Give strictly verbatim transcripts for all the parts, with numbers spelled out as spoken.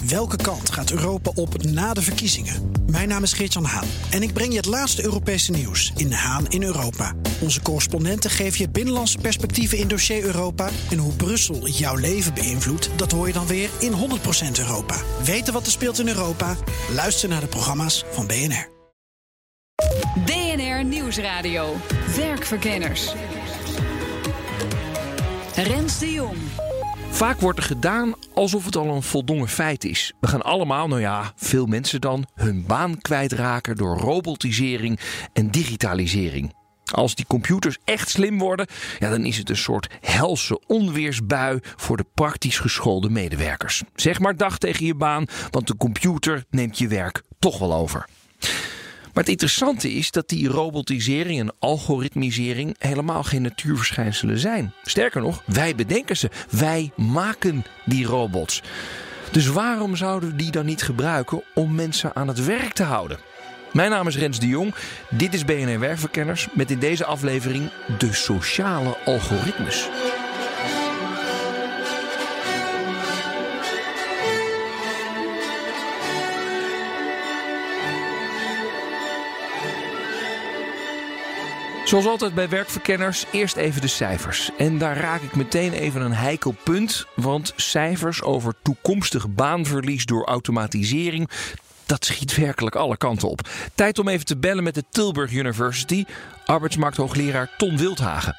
Welke kant gaat Europa op na de verkiezingen? Mijn naam is Geert-Jan Haan en ik breng je het laatste Europese nieuws in Haan in Europa. Onze correspondenten geven je binnenlandse perspectieven in dossier Europa. En hoe Brussel jouw leven beïnvloedt, dat hoor je dan weer in honderd procent Europa. Weten wat er speelt in Europa? Luister naar de programma's van B N R. B N R Nieuwsradio. Werkverkenners. Rens de Jong. Vaak wordt er gedaan alsof het al een voldongen feit is. We gaan allemaal, nou ja, veel mensen dan, hun baan kwijtraken door robotisering en digitalisering. Als die computers echt slim worden, ja, dan is het een soort helse onweersbui voor de praktisch geschoolde medewerkers. Zeg maar dag tegen je baan, want de computer neemt je werk toch wel over. Maar het interessante is dat die robotisering en algoritmisering helemaal geen natuurverschijnselen zijn. Sterker nog, wij bedenken ze. Wij maken die robots. Dus waarom zouden we die dan niet gebruiken om mensen aan het werk te houden? Mijn naam is Rens de Jong. Dit is B N R Werkverkenners met in deze aflevering de sociale algoritmes. Zoals altijd bij Werkverkenners, eerst even de cijfers. En daar raak ik meteen even een heikel punt. Want cijfers over toekomstig baanverlies door automatisering, dat schiet werkelijk alle kanten op. Tijd om even te bellen met de Tilburg University. Arbeidsmarkthoogleraar Ton Wildhagen.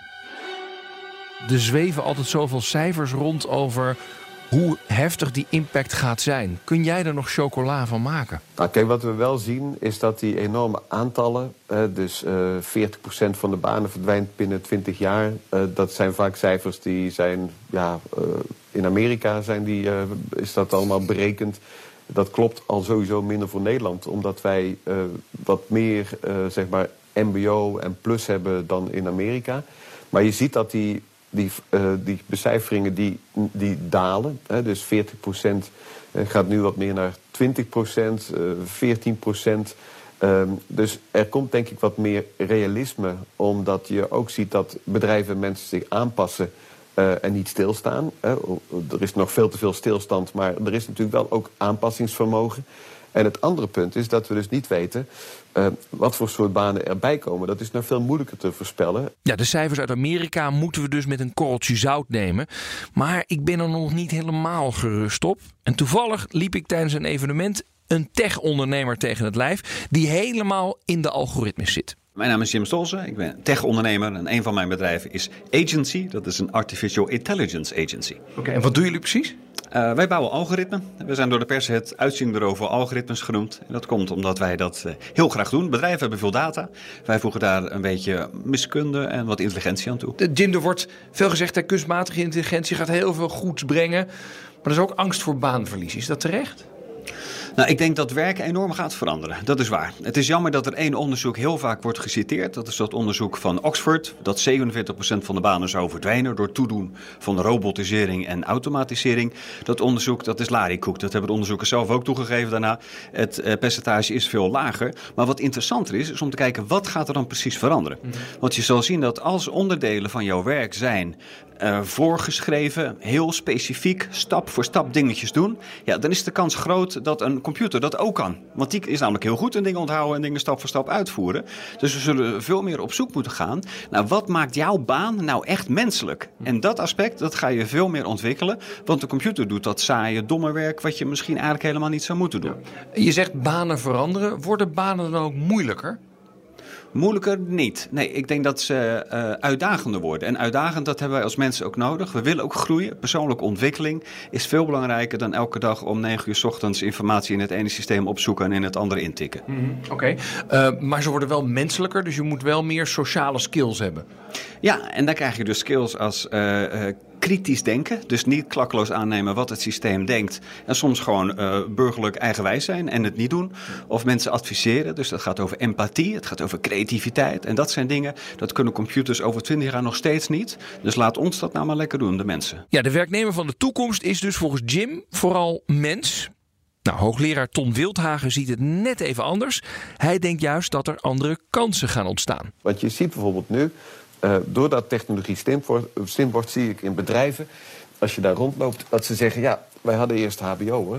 Er zweven altijd zoveel cijfers rond over hoe heftig die impact gaat zijn. Kun jij er nog chocola van maken? Nou, kijk, wat we wel zien is dat die enorme aantallen, eh, dus uh, veertig procent van de banen verdwijnt binnen twintig jaar. Uh, dat zijn vaak cijfers die zijn, ja, uh, in Amerika zijn die, uh, is dat allemaal berekend. Dat klopt al sowieso minder voor Nederland, omdat wij uh, wat meer, uh, zeg maar, M B O en plus hebben dan in Amerika. Maar je ziet dat die Die, uh, die becijferingen die, die dalen. Hè, dus veertig procent gaat nu wat meer naar twintig procent, uh, veertien procent. Um, dus er komt denk ik wat meer realisme, omdat je ook ziet dat bedrijven en mensen zich aanpassen uh, en niet stilstaan. Hè. Er is nog veel te veel stilstand, maar er is natuurlijk wel ook aanpassingsvermogen. En het andere punt is dat we dus niet weten uh, wat voor soort banen erbij komen. Dat is nog veel moeilijker te voorspellen. Ja, de cijfers uit Amerika moeten we dus met een korreltje zout nemen. Maar ik ben er nog niet helemaal gerust op. En toevallig liep ik tijdens een evenement een tech-ondernemer tegen het lijf die helemaal in de algoritmes zit. Mijn naam is Jim Stolze, ik ben tech-ondernemer en een van mijn bedrijven is Agency. Dat is een Artificial Intelligence Agency. Oké, okay, en wat doen jullie precies? Uh, wij bouwen algoritmen. We zijn door de pers het uitzendbureau voor algoritmes genoemd. En dat komt omdat wij dat uh, heel graag doen. Bedrijven hebben veel data. Wij voegen daar een beetje wiskunde en wat intelligentie aan toe. De, Jim, er wordt veel gezegd dat kunstmatige intelligentie gaat heel veel goeds brengen. Maar er is ook angst voor baanverlies. Is dat terecht? Nou, ik denk dat werken enorm gaat veranderen. Dat is waar. Het is jammer dat er één onderzoek heel vaak wordt geciteerd. Dat is dat onderzoek van Oxford. Dat zevenenveertig procent van de banen zou verdwijnen door toedoen van robotisering en automatisering. Dat onderzoek, dat is lariekoek. Dat hebben de onderzoekers zelf ook toegegeven daarna. Het eh, percentage is veel lager. Maar wat interessanter is, is om te kijken wat gaat er dan precies veranderen. Mm-hmm. Want je zal zien dat als onderdelen van jouw werk zijn Uh, voorgeschreven, heel specifiek, stap voor stap dingetjes doen, ja, dan is de kans groot dat een computer dat ook kan. Want die is namelijk heel goed in dingen onthouden en dingen stap voor stap uitvoeren. Dus we zullen veel meer op zoek moeten gaan naar wat maakt jouw baan nou echt menselijk. En dat aspect, dat ga je veel meer ontwikkelen, want de computer doet dat saaie, domme werk wat je misschien eigenlijk helemaal niet zou moeten doen. Je zegt banen veranderen. Worden banen dan ook moeilijker? Moeilijker niet. Nee, ik denk dat ze uh, uitdagender worden. En uitdagend, dat hebben wij als mensen ook nodig. We willen ook groeien. Persoonlijke ontwikkeling is veel belangrijker dan elke dag om negen uur 's ochtends informatie in het ene systeem opzoeken en in het andere intikken. Mm-hmm. Oké, okay. uh, maar ze worden wel menselijker, dus je moet wel meer sociale skills hebben. Ja, en dan krijg je dus skills als uh, uh, kritisch denken. Dus niet klakkeloos aannemen wat het systeem denkt. En soms gewoon uh, burgerlijk eigenwijs zijn en het niet doen. Of mensen adviseren. Dus dat gaat over empathie. Het gaat over creativiteit. En dat zijn dingen, dat kunnen computers over twintig jaar nog steeds niet. Dus laat ons dat nou maar lekker doen, de mensen. Ja, de werknemer van de toekomst is dus volgens Jim vooral mens. Nou, hoogleraar Ton Wildhagen ziet het net even anders. Hij denkt juist dat er andere kansen gaan ontstaan. Wat je ziet bijvoorbeeld nu, uh, doordat technologie slim wordt, slim wordt, zie ik in bedrijven, als je daar rondloopt, dat ze zeggen, ja, wij hadden eerst H B O'ers,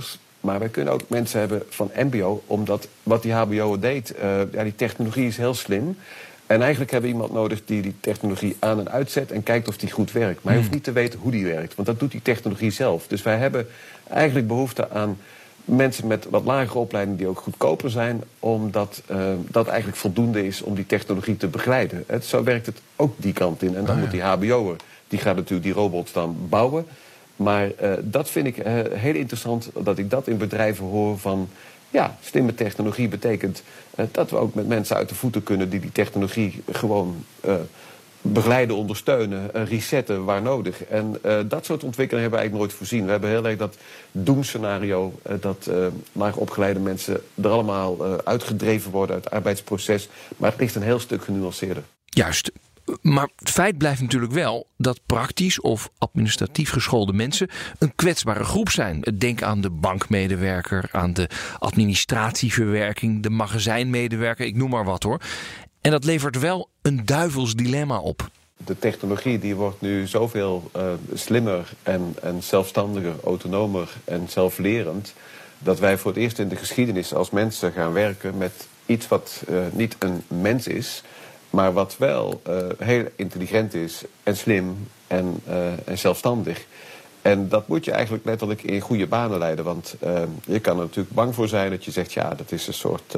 Maar wij kunnen ook mensen hebben van mbo, omdat wat die hbo'er deed, uh, ja, die technologie is heel slim. En eigenlijk hebben we iemand nodig die die technologie aan en uitzet en kijkt of die goed werkt. Maar hij hoeft niet te weten hoe die werkt, want dat doet die technologie zelf. Dus wij hebben eigenlijk behoefte aan mensen met wat lagere opleiding die ook goedkoper zijn, omdat uh, dat eigenlijk voldoende is om die technologie te begeleiden. Het, zo werkt het ook die kant in. En dan oh, moet die hbo'er, die gaat natuurlijk die robots dan bouwen. Maar uh, dat vind ik uh, heel interessant, dat ik dat in bedrijven hoor van, ja, slimme technologie betekent uh, dat we ook met mensen uit de voeten kunnen die die technologie gewoon uh, begeleiden, ondersteunen, uh, resetten waar nodig. En uh, dat soort ontwikkelingen hebben we eigenlijk nooit voorzien. We hebben heel erg dat doemscenario, uh, dat uh, laag opgeleide mensen er allemaal uh, uitgedreven worden uit het arbeidsproces. Maar het ligt een heel stuk genuanceerder. Juist. Maar het feit blijft natuurlijk wel dat praktisch of administratief geschoolde mensen een kwetsbare groep zijn. Denk aan de bankmedewerker, aan de administratieverwerking, de magazijnmedewerker, ik noem maar wat hoor. En dat levert wel een duivels dilemma op. De technologie die wordt nu zoveel uh, slimmer en, en zelfstandiger, autonomer en zelflerend, dat wij voor het eerst in de geschiedenis als mensen gaan werken met iets wat uh, niet een mens is, maar wat wel uh, heel intelligent is en slim en, uh, en zelfstandig. En dat moet je eigenlijk letterlijk in goede banen leiden. Want uh, je kan er natuurlijk bang voor zijn dat je zegt, ja, dat is een soort uh,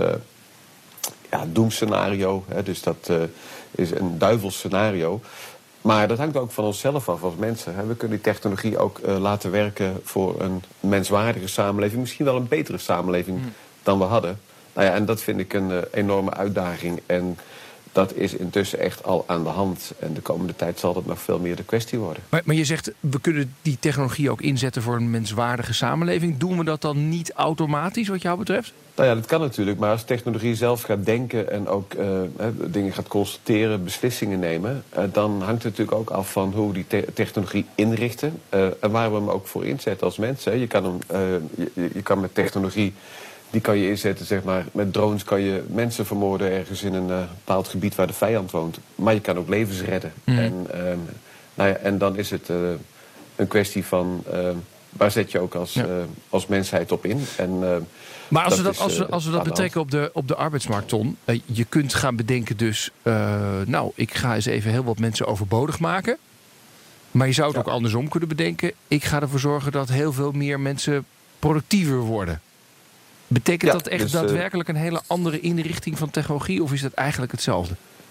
ja, doemscenario. Hè, dus dat uh, is een duivelscenario. Maar dat hangt ook van onszelf af als mensen. Hè. We kunnen die technologie ook uh, laten werken voor een menswaardige samenleving. Misschien wel een betere samenleving mm. dan we hadden. Nou ja, en dat vind ik een uh, enorme uitdaging. En dat is intussen echt al aan de hand. En de komende tijd zal dat nog veel meer de kwestie worden. Maar, maar je zegt, we kunnen die technologie ook inzetten voor een menswaardige samenleving. Doen we dat dan niet automatisch wat jou betreft? Nou ja, dat kan natuurlijk. Maar als technologie zelf gaat denken en ook uh, dingen gaat constateren, beslissingen nemen, Uh, dan hangt het natuurlijk ook af van hoe we die te- technologie inrichten. Uh, en waar we hem ook voor inzetten als mensen. Je kan, hem, uh, je, je kan met technologie, die kan je inzetten, zeg maar, met drones kan je mensen vermoorden ergens in een uh, bepaald gebied waar de vijand woont. Maar je kan ook levens redden. Mm. En, uh, nou ja, en dan is het uh, een kwestie van uh, waar zet je ook als, ja. uh, als mensheid op in. En, uh, maar als dat we dat, als we, als we dat betrekken op de, op de arbeidsmarkt, Ton, uh, je kunt gaan bedenken dus, uh, nou, ik ga eens even heel wat mensen overbodig maken. Maar je zou het ja. ook andersom kunnen bedenken. Ik ga ervoor zorgen dat heel veel meer mensen productiever worden. Betekent ja, dat echt dus, daadwerkelijk een hele andere inrichting van technologie, of is dat eigenlijk hetzelfde?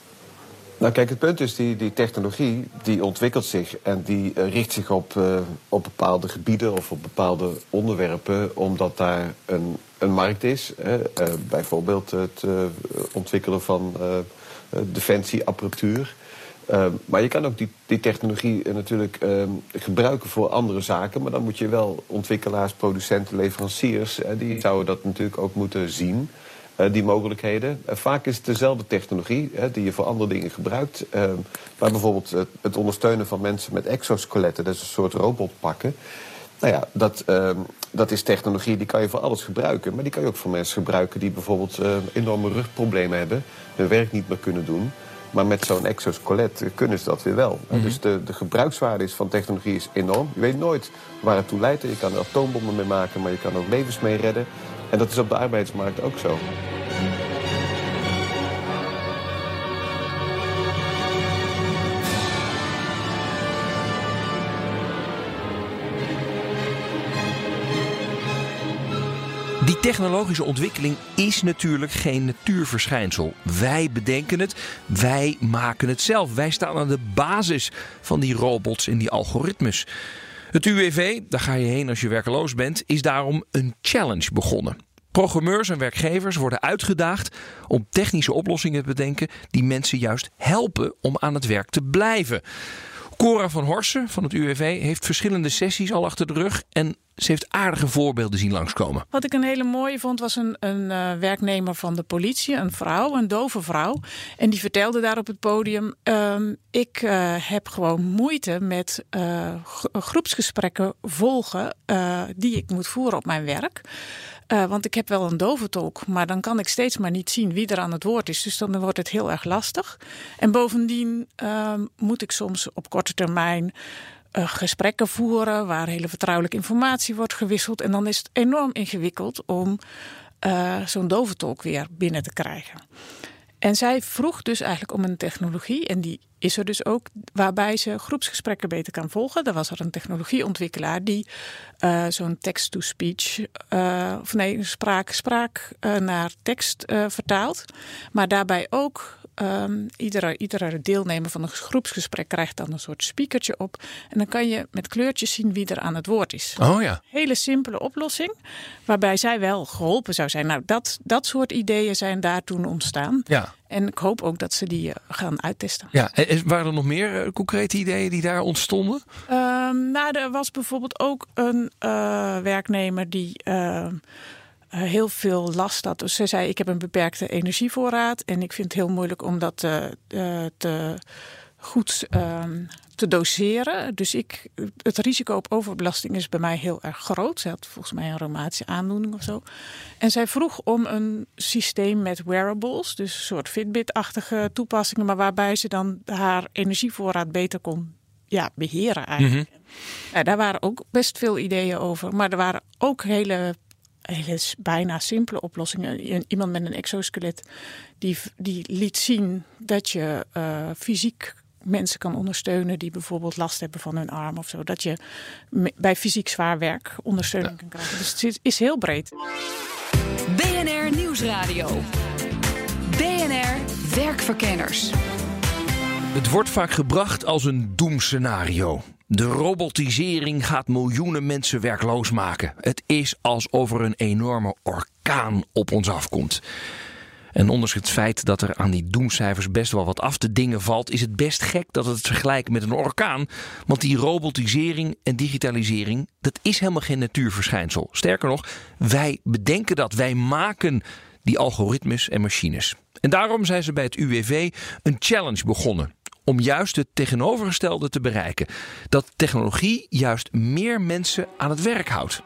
Nou kijk, het punt is, die, die technologie die ontwikkelt zich en die uh, richt zich op, uh, op bepaalde gebieden of op bepaalde onderwerpen, omdat daar een, een markt is. Hè. Uh, bijvoorbeeld het uh, ontwikkelen van uh, defensieapparatuur. Uh, maar je kan ook die, die technologie uh, natuurlijk uh, gebruiken voor andere zaken. Maar dan moet je wel ontwikkelaars, producenten, leveranciers, uh, die zouden dat natuurlijk ook moeten zien, uh, die mogelijkheden. Uh, vaak is het dezelfde technologie uh, die je voor andere dingen gebruikt. Uh, maar bijvoorbeeld uh, het ondersteunen van mensen met exoskeletten, dat is een soort robotpakken. Nou ja, dat, uh, dat is technologie, die kan je voor alles gebruiken. Maar die kan je ook voor mensen gebruiken die bijvoorbeeld uh, enorme rugproblemen hebben, hun werk niet meer kunnen doen. Maar met zo'n exoskelet kunnen ze dat weer wel. Mm-hmm. Dus de, de gebruikswaarde is van technologie is enorm. Je weet nooit waar het toe leidt. Je kan er atoombommen mee maken, maar je kan ook levens mee redden. En dat is op de arbeidsmarkt ook zo. Die technologische ontwikkeling is natuurlijk geen natuurverschijnsel. Wij bedenken het, wij maken het zelf. Wij staan aan de basis van die robots en die algoritmes. Het U W V, daar ga je heen als je werkeloos bent, is daarom een challenge begonnen. Programmeurs en werkgevers worden uitgedaagd om technische oplossingen te bedenken die mensen juist helpen om aan het werk te blijven. Cora van Horsen van het U W V heeft verschillende sessies al achter de rug en ze heeft aardige voorbeelden zien langskomen. Wat ik een hele mooie vond was een, een uh, werknemer van de politie, een vrouw, een dove vrouw. En die vertelde daar op het podium, um, ik uh, heb gewoon moeite met uh, groepsgesprekken volgen uh, die ik moet voeren op mijn werk. Uh, want ik heb wel een doventolk, maar dan kan ik steeds maar niet zien wie er aan het woord is. Dus dan wordt het heel erg lastig. En bovendien uh, moet ik soms op korte termijn uh, gesprekken voeren waar hele vertrouwelijke informatie wordt gewisseld. En dan is het enorm ingewikkeld om uh, zo'n doventolk weer binnen te krijgen. En zij vroeg dus eigenlijk om een technologie, en die is er dus ook, waarbij ze groepsgesprekken beter kan volgen. Er was er een technologieontwikkelaar die uh, zo'n text-to-speech, uh, of nee, spraak, spraak uh, naar tekst uh, vertaalt. Maar daarbij ook um, iedere, iedere deelnemer van een groepsgesprek krijgt dan een soort speakertje op. En dan kan je met kleurtjes zien wie er aan het woord is. Oh ja. Hele simpele oplossing, waarbij zij wel geholpen zou zijn. Nou, dat, dat soort ideeën zijn daar toen ontstaan. Ja. En ik hoop ook dat ze die uh, gaan uittesten. Ja, en waren er nog meer uh, concrete ideeën die daar ontstonden? Um, nou, er was bijvoorbeeld ook een uh, werknemer die uh, heel veel last had. Dus ze zei, ik heb een beperkte energievoorraad en ik vind het heel moeilijk om dat uh, uh, te goed uh, te doseren. Dus ik, het risico op overbelasting is bij mij heel erg groot. Ze had volgens mij een reumatische aandoening of zo. En zij vroeg om een systeem met wearables, dus een soort Fitbit-achtige toepassingen, maar waarbij ze dan haar energievoorraad beter kon ja, beheren eigenlijk. Mm-hmm. Ja, daar waren ook best veel ideeën over. Maar er waren ook hele, hele bijna simpele oplossingen. Iemand met een exoskelet die, die liet zien dat je uh, fysiek mensen kan ondersteunen die bijvoorbeeld last hebben van hun arm of zo. Dat je bij fysiek zwaar werk ondersteuning ja. kan krijgen. Dus het is heel breed. B N R Nieuwsradio. B N R Werkverkenners. Het wordt vaak gebracht als een doemscenario. De robotisering gaat miljoenen mensen werkloos maken. Het is alsof er een enorme orkaan op ons afkomt. En ondanks het feit dat er aan die doemcijfers best wel wat af te dingen valt, is het best gek dat het vergelijken met een orkaan. Want die robotisering en digitalisering, dat is helemaal geen natuurverschijnsel. Sterker nog, wij bedenken dat. Wij maken die algoritmes en machines. En daarom zijn ze bij het U W V een challenge begonnen. Om juist het tegenovergestelde te bereiken. Dat technologie juist meer mensen aan het werk houdt.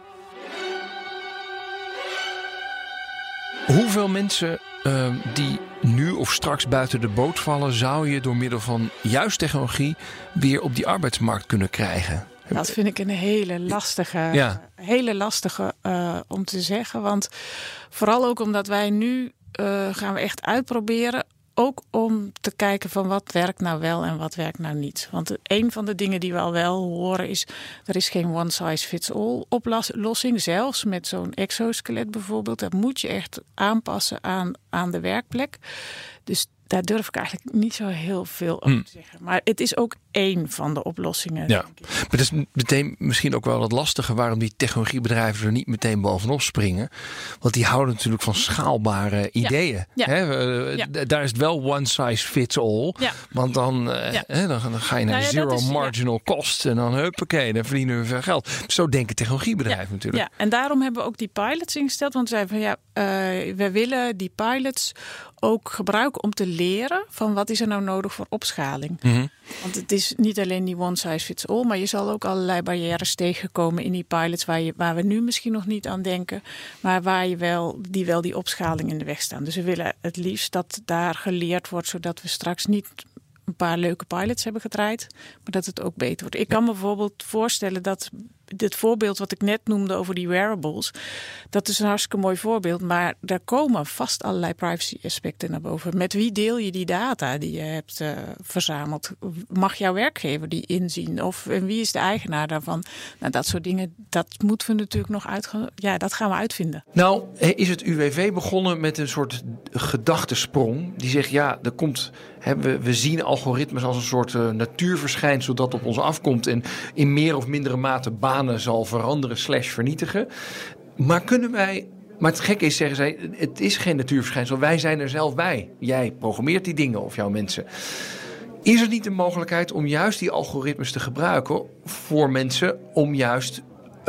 Hoeveel mensen uh, die nu of straks buiten de boot vallen, zou je door middel van juist technologie weer op die arbeidsmarkt kunnen krijgen? Dat vind ik een hele lastige, ja. hele lastige uh, om te zeggen. Want vooral ook omdat wij nu uh, gaan we echt uitproberen. Ook om te kijken van wat werkt nou wel en wat werkt nou niet. Want een van de dingen die we al wel horen is, er is geen one size fits all oplossing. Zelfs met zo'n exoskelet bijvoorbeeld. Dat moet je echt aanpassen aan, aan de werkplek. Dus daar durf ik eigenlijk niet zo heel veel over te zeggen. Maar het is ook één van de oplossingen. Ja, maar dat is meteen misschien ook wel het lastige waarom die technologiebedrijven er niet meteen bovenop springen. Want die houden natuurlijk van schaalbare ideeën. Ja. Hè? Uh, ja. D- daar is het wel one size fits all. Ja. Want dan, uh, ja. hè, dan, dan ga je naar nou ja, zero is, marginal ja. cost en dan huppakee, dan verdienen we veel geld. Zo denken technologiebedrijven ja. natuurlijk. Ja, en daarom hebben we ook die pilots ingesteld. Want we zeiden van ja, uh, we willen die pilots ook gebruiken om te leren van wat is er nou nodig voor opschaling. Mm-hmm. Want het is niet alleen die one size fits all, maar je zal ook allerlei barrières tegenkomen in die pilots waar, je, waar we nu misschien nog niet aan denken, maar waar je wel die, wel die opschaling in de weg staan. Dus we willen het liefst dat daar geleerd wordt, zodat we straks niet een paar leuke pilots hebben gedraaid, maar dat het ook beter wordt. Ik kan me bijvoorbeeld voorstellen dat dit voorbeeld wat ik net noemde over die wearables, dat is een hartstikke mooi voorbeeld, maar daar komen vast allerlei privacy aspecten naar boven. Met wie deel je die data die je hebt uh, verzameld? Mag jouw werkgever die inzien? Of en wie is de eigenaar daarvan? Nou, dat soort dingen, dat moeten we natuurlijk nog uit, ja, dat gaan we uitvinden. Nou, is het U W V begonnen met een soort gedachtesprong die zegt, ja, er komt, hè, we, we zien algoritmes als een soort uh, natuurverschijnsel dat op ons afkomt en in meer of mindere mate banen zal veranderen slash vernietigen. Maar kunnen wij, maar het gekke is, zeggen zij, het is geen natuurverschijnsel. Wij zijn er zelf bij. Jij programmeert die dingen of jouw mensen. Is er niet een mogelijkheid om juist die algoritmes te gebruiken voor mensen om juist uh,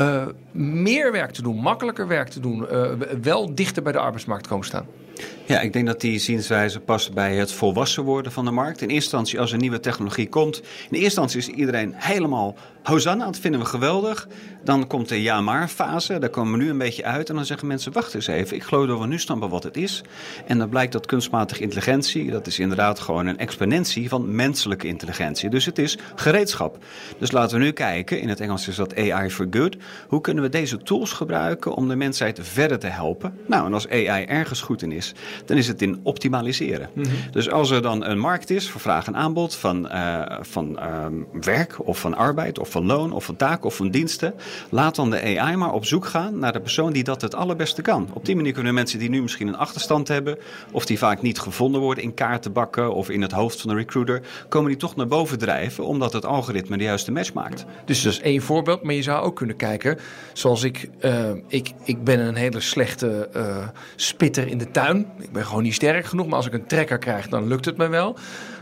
meer werk te doen, makkelijker werk te doen, uh, wel dichter bij de arbeidsmarkt komen staan? Ja, ik denk dat die zienswijze past bij het volwassen worden van de markt. In eerste instantie, als een nieuwe technologie komt, in de eerste instantie is iedereen helemaal hosanna, dat vinden we geweldig. Dan komt de ja-maar fase, daar komen we nu een beetje uit. En dan zeggen mensen, wacht eens even, ik geloof dat we nu snappen wat het is. En dan blijkt dat kunstmatige intelligentie, dat is inderdaad gewoon een exponentie van menselijke intelligentie. Dus het is gereedschap. Dus laten we nu kijken, in het Engels is dat A I for good. Hoe kunnen we deze tools gebruiken om de mensheid verder te helpen? Nou, en als A I ergens goed in is, dan is het in optimaliseren. Mm-hmm. Dus als er dan een markt is voor vraag en aanbod van, uh, van uh, werk of van arbeid of van loon of van taken of van diensten, laat dan de A I maar op zoek gaan naar de persoon die dat het allerbeste kan. Op die manier kunnen mensen die nu misschien een achterstand hebben of die vaak niet gevonden worden in kaartenbakken of in het hoofd van de recruiter, komen die toch naar boven drijven omdat het algoritme de juiste match maakt. Dus dat is één voorbeeld, maar je zou ook kunnen kijken, zoals ik, uh, ik, ik ben een hele slechte uh, spitter in de tuin. Ik ben gewoon niet sterk genoeg, maar als ik een trekker krijg, dan lukt het me wel.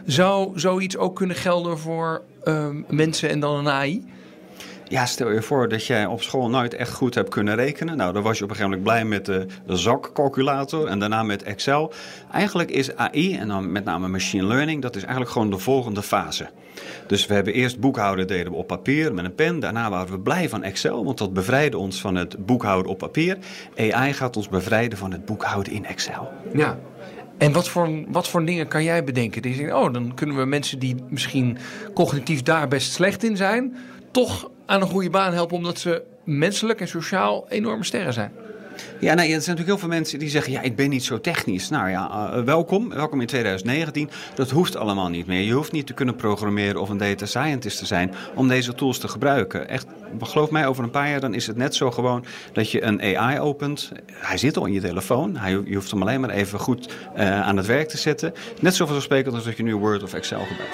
Zou zoiets ook kunnen gelden voor uh, mensen en dan een A I? Ja, stel je voor dat jij op school nooit echt goed hebt kunnen rekenen. Nou, dan was je op een gegeven moment blij met de, de zakcalculator en daarna met Excel. Eigenlijk is A I, en dan met name machine learning, dat is eigenlijk gewoon de volgende fase. Dus we hebben eerst boekhouden deden we op papier met een pen. Daarna waren we blij van Excel, want dat bevrijdde ons van het boekhouden op papier. A I gaat ons bevrijden van het boekhouden in Excel. Ja. En wat voor, wat voor dingen kan jij bedenken? Die zeggen, oh, dan kunnen we mensen die misschien cognitief daar best slecht in zijn, toch aan een goede baan helpen omdat ze menselijk en sociaal enorme sterren zijn. Ja, nou, er zijn natuurlijk heel veel mensen die zeggen, ja, ik ben niet zo technisch. Nou ja, uh, welkom. Welkom in twintig negentien. Dat hoeft allemaal niet meer. Je hoeft niet te kunnen programmeren of een data scientist te zijn om deze tools te gebruiken. Echt, geloof mij, over een paar jaar dan is het net zo gewoon dat je een A I opent. Hij zit al in je telefoon. Hij, je hoeft hem alleen maar even goed uh, aan het werk te zetten. Net zo vanzelfsprekend als dat je nu Word of Excel gebruikt.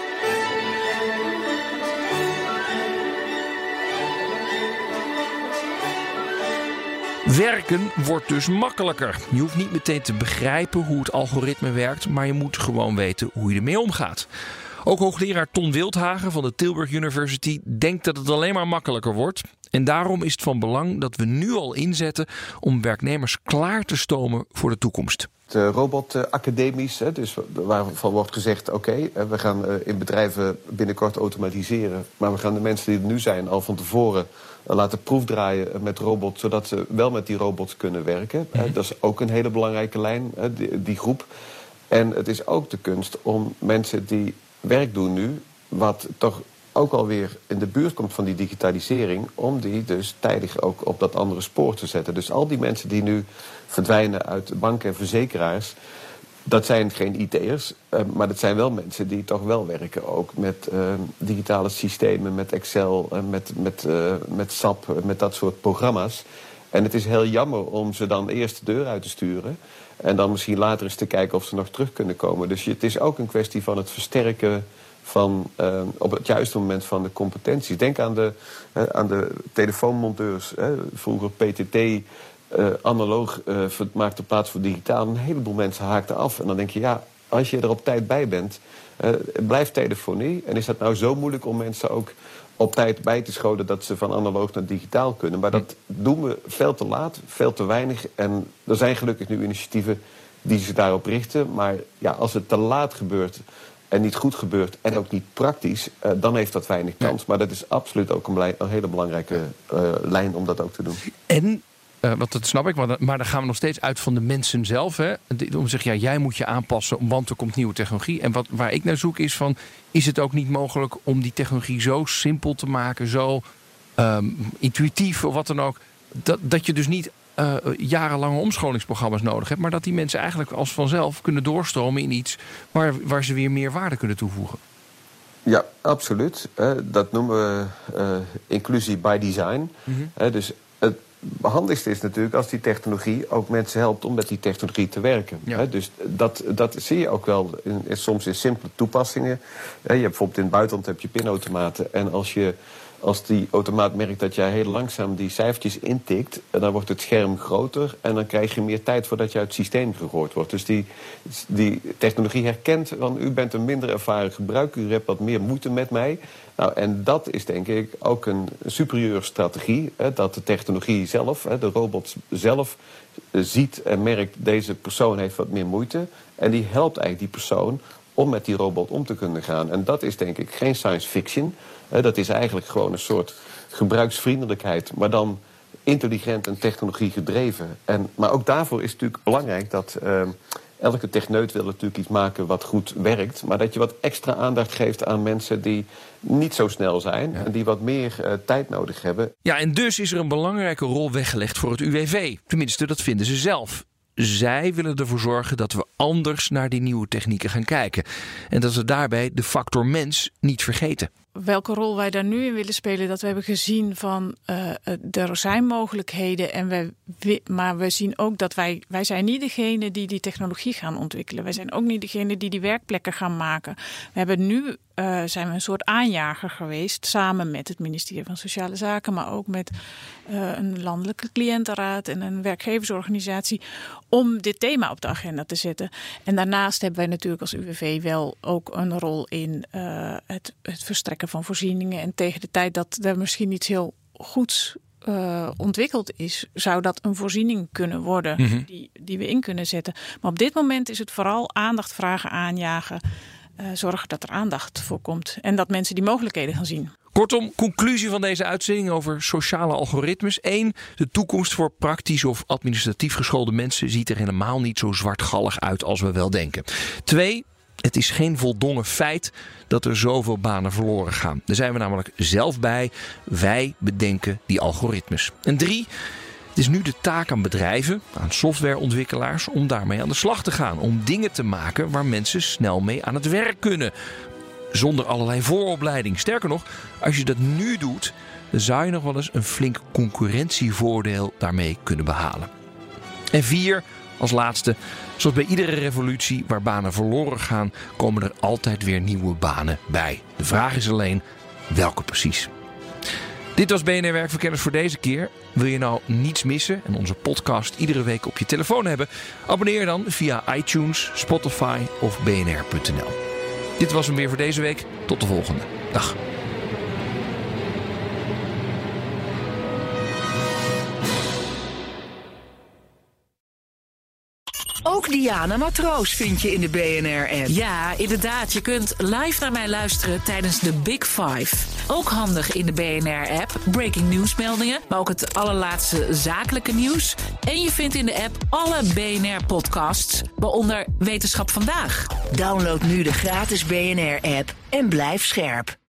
Werken wordt dus makkelijker. Je hoeft niet meteen te begrijpen hoe het algoritme werkt, maar je moet gewoon weten hoe je ermee omgaat. Ook hoogleraar Ton Wildhagen van de Tilburg University denkt dat het alleen maar makkelijker wordt. En daarom is het van belang dat we nu al inzetten om werknemers klaar te stomen voor de toekomst. De robotacademies, dus waarvan wordt gezegd, oké, okay, we gaan in bedrijven binnenkort automatiseren, maar we gaan de mensen die er nu zijn al van tevoren laten proefdraaien met robots, zodat ze wel met die robots kunnen werken. Mm-hmm. Dat is ook een hele belangrijke lijn, die, die groep. En het is ook de kunst om mensen die werk doen nu, wat toch ook alweer in de buurt komt van die digitalisering, om die dus tijdig ook op dat andere spoor te zetten. Dus al die mensen die nu verdwijnen uit banken en verzekeraars, dat zijn geen I T'ers, uh, maar dat zijn wel mensen die toch wel werken ook met uh, digitale systemen, met Excel, uh, met, met, uh, met S A P, uh, met dat soort programma's. En het is heel jammer om ze dan eerst de deur uit te sturen en dan misschien later eens te kijken of ze nog terug kunnen komen. Dus het is ook een kwestie van het versterken van uh, op het juiste moment van de competenties. Denk aan de, uh, aan de telefoonmonteurs, uh, vroeger P T T. Uh, analoog uh, maakte plaats voor digitaal. Een heleboel mensen haakten af. En dan denk je, ja, als je er op tijd bij bent, uh, blijft telefonie. En is dat nou zo moeilijk om mensen ook op tijd bij te scholen dat ze van analoog naar digitaal kunnen? Maar dat doen we veel te laat, veel te weinig. En er zijn gelukkig nu initiatieven die zich daarop richten. Maar ja, als het te laat gebeurt en niet goed gebeurt en ook niet praktisch, uh, dan heeft dat weinig kans. Ja. Maar dat is absoluut ook een, blij, een hele belangrijke uh, lijn om dat ook te doen. En Uh, want dat snap ik, maar, maar dan gaan we nog steeds uit van de mensen zelf. Hè? Om te zeggen, ja, jij moet je aanpassen, want er komt nieuwe technologie. En wat, waar ik naar zoek is van, is het ook niet mogelijk om die technologie zo simpel te maken, zo um, intuïtief of wat dan ook, dat, dat je dus niet uh, jarenlange omscholingsprogramma's nodig hebt, maar dat die mensen eigenlijk als vanzelf kunnen doorstromen in iets waar, waar ze weer meer waarde kunnen toevoegen. Ja, absoluut. Uh, dat noemen we uh, inclusie by design. Mm-hmm. Uh, dus het handigste is natuurlijk als die technologie ook mensen helpt om met die technologie te werken. Ja. He, dus dat, dat zie je ook wel in, in, soms in simpele toepassingen. He, je hebt bijvoorbeeld in het buitenland heb je pinautomaten. En als je als die automaat merkt dat jij heel langzaam die cijfertjes intikt, dan wordt het scherm groter en dan krijg je meer tijd voordat je uit het systeem gegooid wordt. Dus die, die technologie herkent van u bent een minder ervaren gebruiker, u hebt wat meer moeite met mij. Nou, en dat is denk ik ook een superieure strategie, hè, dat de technologie zelf, hè, de robot zelf, uh, ziet en merkt deze persoon heeft wat meer moeite en die helpt eigenlijk die persoon om met die robot om te kunnen gaan. En dat is denk ik geen science fiction. Uh, dat is eigenlijk gewoon een soort gebruiksvriendelijkheid, maar dan intelligent en technologie gedreven. En, maar ook daarvoor is het natuurlijk belangrijk dat Uh, elke techneut wil natuurlijk iets maken wat goed werkt, maar dat je wat extra aandacht geeft aan mensen die niet zo snel zijn, ja, en die wat meer uh, tijd nodig hebben. Ja, en dus is er een belangrijke rol weggelegd voor het U W V. Tenminste, dat vinden ze zelf. Zij willen ervoor zorgen dat we anders naar die nieuwe technieken gaan kijken. En dat we daarbij de factor mens niet vergeten. Welke rol wij daar nu in willen spelen, dat we hebben gezien van uh, er zijn mogelijkheden. En wij, maar we zien ook dat wij, wij zijn niet degene die die technologie gaan ontwikkelen. Wij zijn ook niet degene die die werkplekken gaan maken. We hebben nu uh, zijn we een soort aanjager geweest, samen met het ministerie van Sociale Zaken, maar ook met uh, een landelijke cliëntenraad en een werkgeversorganisatie, om dit thema op de agenda te zetten. En daarnaast hebben wij natuurlijk als U W V wel ook een rol in uh, het, het verstrekken van voorzieningen. En tegen de tijd dat er misschien iets heel goeds uh, ontwikkeld is, zou dat een voorziening kunnen worden, mm-hmm, die, die we in kunnen zetten. Maar op dit moment is het vooral aandacht vragen, aanjagen, uh, zorgen dat er aandacht voor komt en dat mensen die mogelijkheden gaan zien. Kortom, conclusie van deze uitzending over sociale algoritmes. één. De toekomst voor praktisch of administratief geschoolde mensen ziet er helemaal niet zo zwartgallig uit als we wel denken. twee. Het is geen voldongen feit dat er zoveel banen verloren gaan. Daar zijn we namelijk zelf bij. Wij bedenken die algoritmes. En drie. Het is nu de taak aan bedrijven, aan softwareontwikkelaars, om daarmee aan de slag te gaan. Om dingen te maken waar mensen snel mee aan het werk kunnen. Zonder allerlei vooropleiding. Sterker nog, als je dat nu doet, dan zou je nog wel eens een flink concurrentievoordeel daarmee kunnen behalen. En vier, als laatste, zoals bij iedere revolutie waar banen verloren gaan, komen er altijd weer nieuwe banen bij. De vraag is alleen, welke precies? Dit was B N R Werkverkenners voor deze keer. Wil je nou niets missen en onze podcast iedere week op je telefoon hebben? Abonneer je dan via iTunes, Spotify of b n r punt n l. Dit was hem weer voor deze week. Tot de volgende. Dag. Ook Diana Matroos vind je in de B N R-app. Ja, inderdaad. Je kunt live naar mij luisteren tijdens de Big Five. Ook handig in de B N R-app. Breaking nieuwsmeldingen, maar ook het allerlaatste zakelijke nieuws. En je vindt in de app alle B N R-podcasts, waaronder Wetenschap Vandaag. Download nu de gratis B N R-app en blijf scherp.